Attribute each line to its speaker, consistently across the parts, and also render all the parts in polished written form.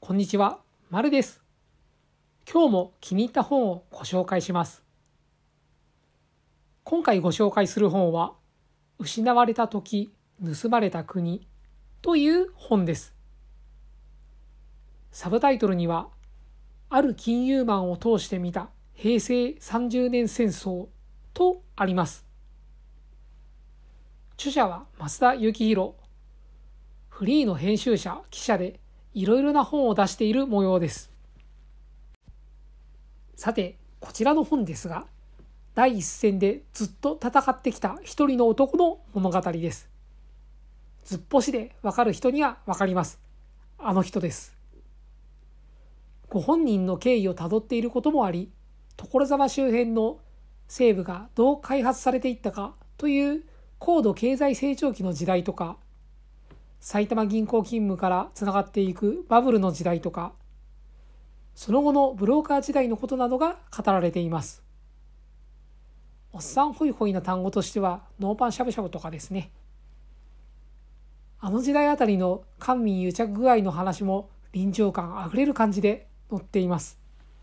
Speaker 1: こんにちは、まるです。今日も気に入った本をご紹介します。今回ご紹介する本は、失われた時、盗まれた国という本です。サブタイトルには、ある金融マンを通して見た平成30年戦争とあります。著者は増田幸宏。フリーの編集者、記者でいろいろな本を出している模様です。さて、こちらの本ですが、第一線でずっと戦ってきた一人の男の物語です。ずっぽしでわかる人にはわかります。あの人です。ご本人の経緯をたどっていることもあり、所沢周辺の西部がどう開発されていったかという高度経済成長期の時代とか、埼玉銀行勤務からつながっていくバブルの時代とか、その後のブローカー時代のことなどが語られています。おっさんホイホイな単語としてはノーパンしゃぶしゃぶとかですね。あの時代あたりの官民癒着具合の話も臨場感あふれる感じで載っています。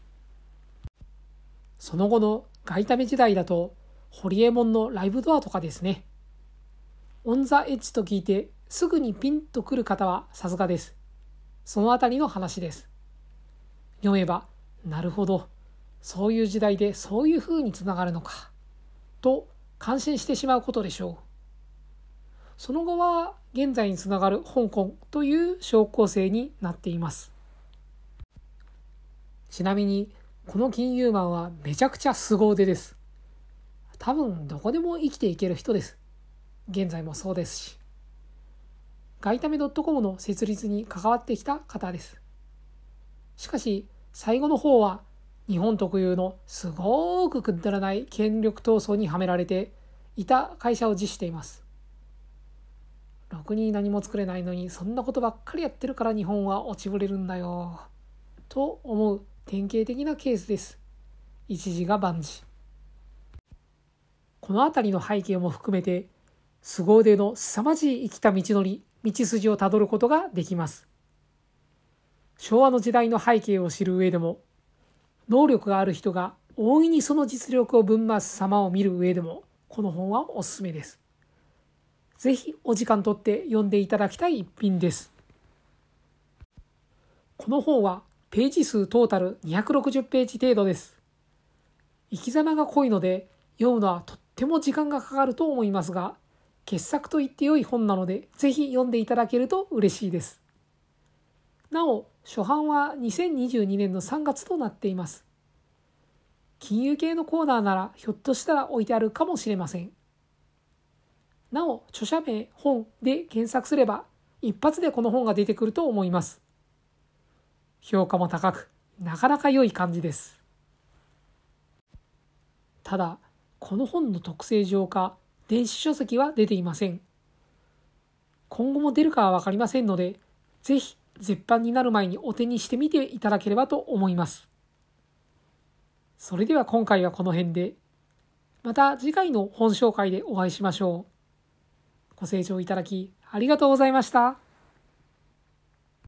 Speaker 1: その後の外為時代だとホリエモンのライブドアとかですね。オンザエッジと聞いてすぐにピンとくる方はさすがです。そのあたりの話です。読めば、なるほど、そういう時代でそういう風につながるのか、と感心してしまうことでしょう。その後は現在につながる香港という小構成になっています。ちなみに、この金融マンはめちゃくちゃ凄腕です。多分どこでも生きていける人です。現在もそうですし。外為 .com の設立に関わってきた方です。しかし、最後の方は日本特有のすごくくだらない権力闘争にはめられていた会社を辞しています。ろくに何も作れないのにそんなことばっかりやってるから日本は落ちぶれるんだよ。と思う典型的なケースです。一時が万事。このあたりの背景も含めて、凄腕の凄まじい生きた道のり、道筋をたどることができます。昭和の時代の背景を知る上でも、能力がある人が大いにその実力をぶん回す様を見る上でも、この本はおすすめです。ぜひお時間とって読んでいただきたい一品です。この本はページ数トータル260ページ程度です。生き様が濃いので読むのはとっても時間がかかると思いますが、傑作と言って良い本なので、ぜひ読んでいただけると嬉しいです。なお、初版は2022年の3月となっています。金融系のコーナーならひょっとしたら置いてあるかもしれません。なお、著者名、本で検索すれば、一発でこの本が出てくると思います。評価も高く、なかなか良い感じです。ただ、この本の特性上か、電子書籍は出ていません。今後も出るかはわかりませんので、ぜひ絶版になる前にお手にしてみていただければと思います。それでは今回はこの辺で、また次回の本紹介でお会いしましょう。ご清聴いただきありがとうございました。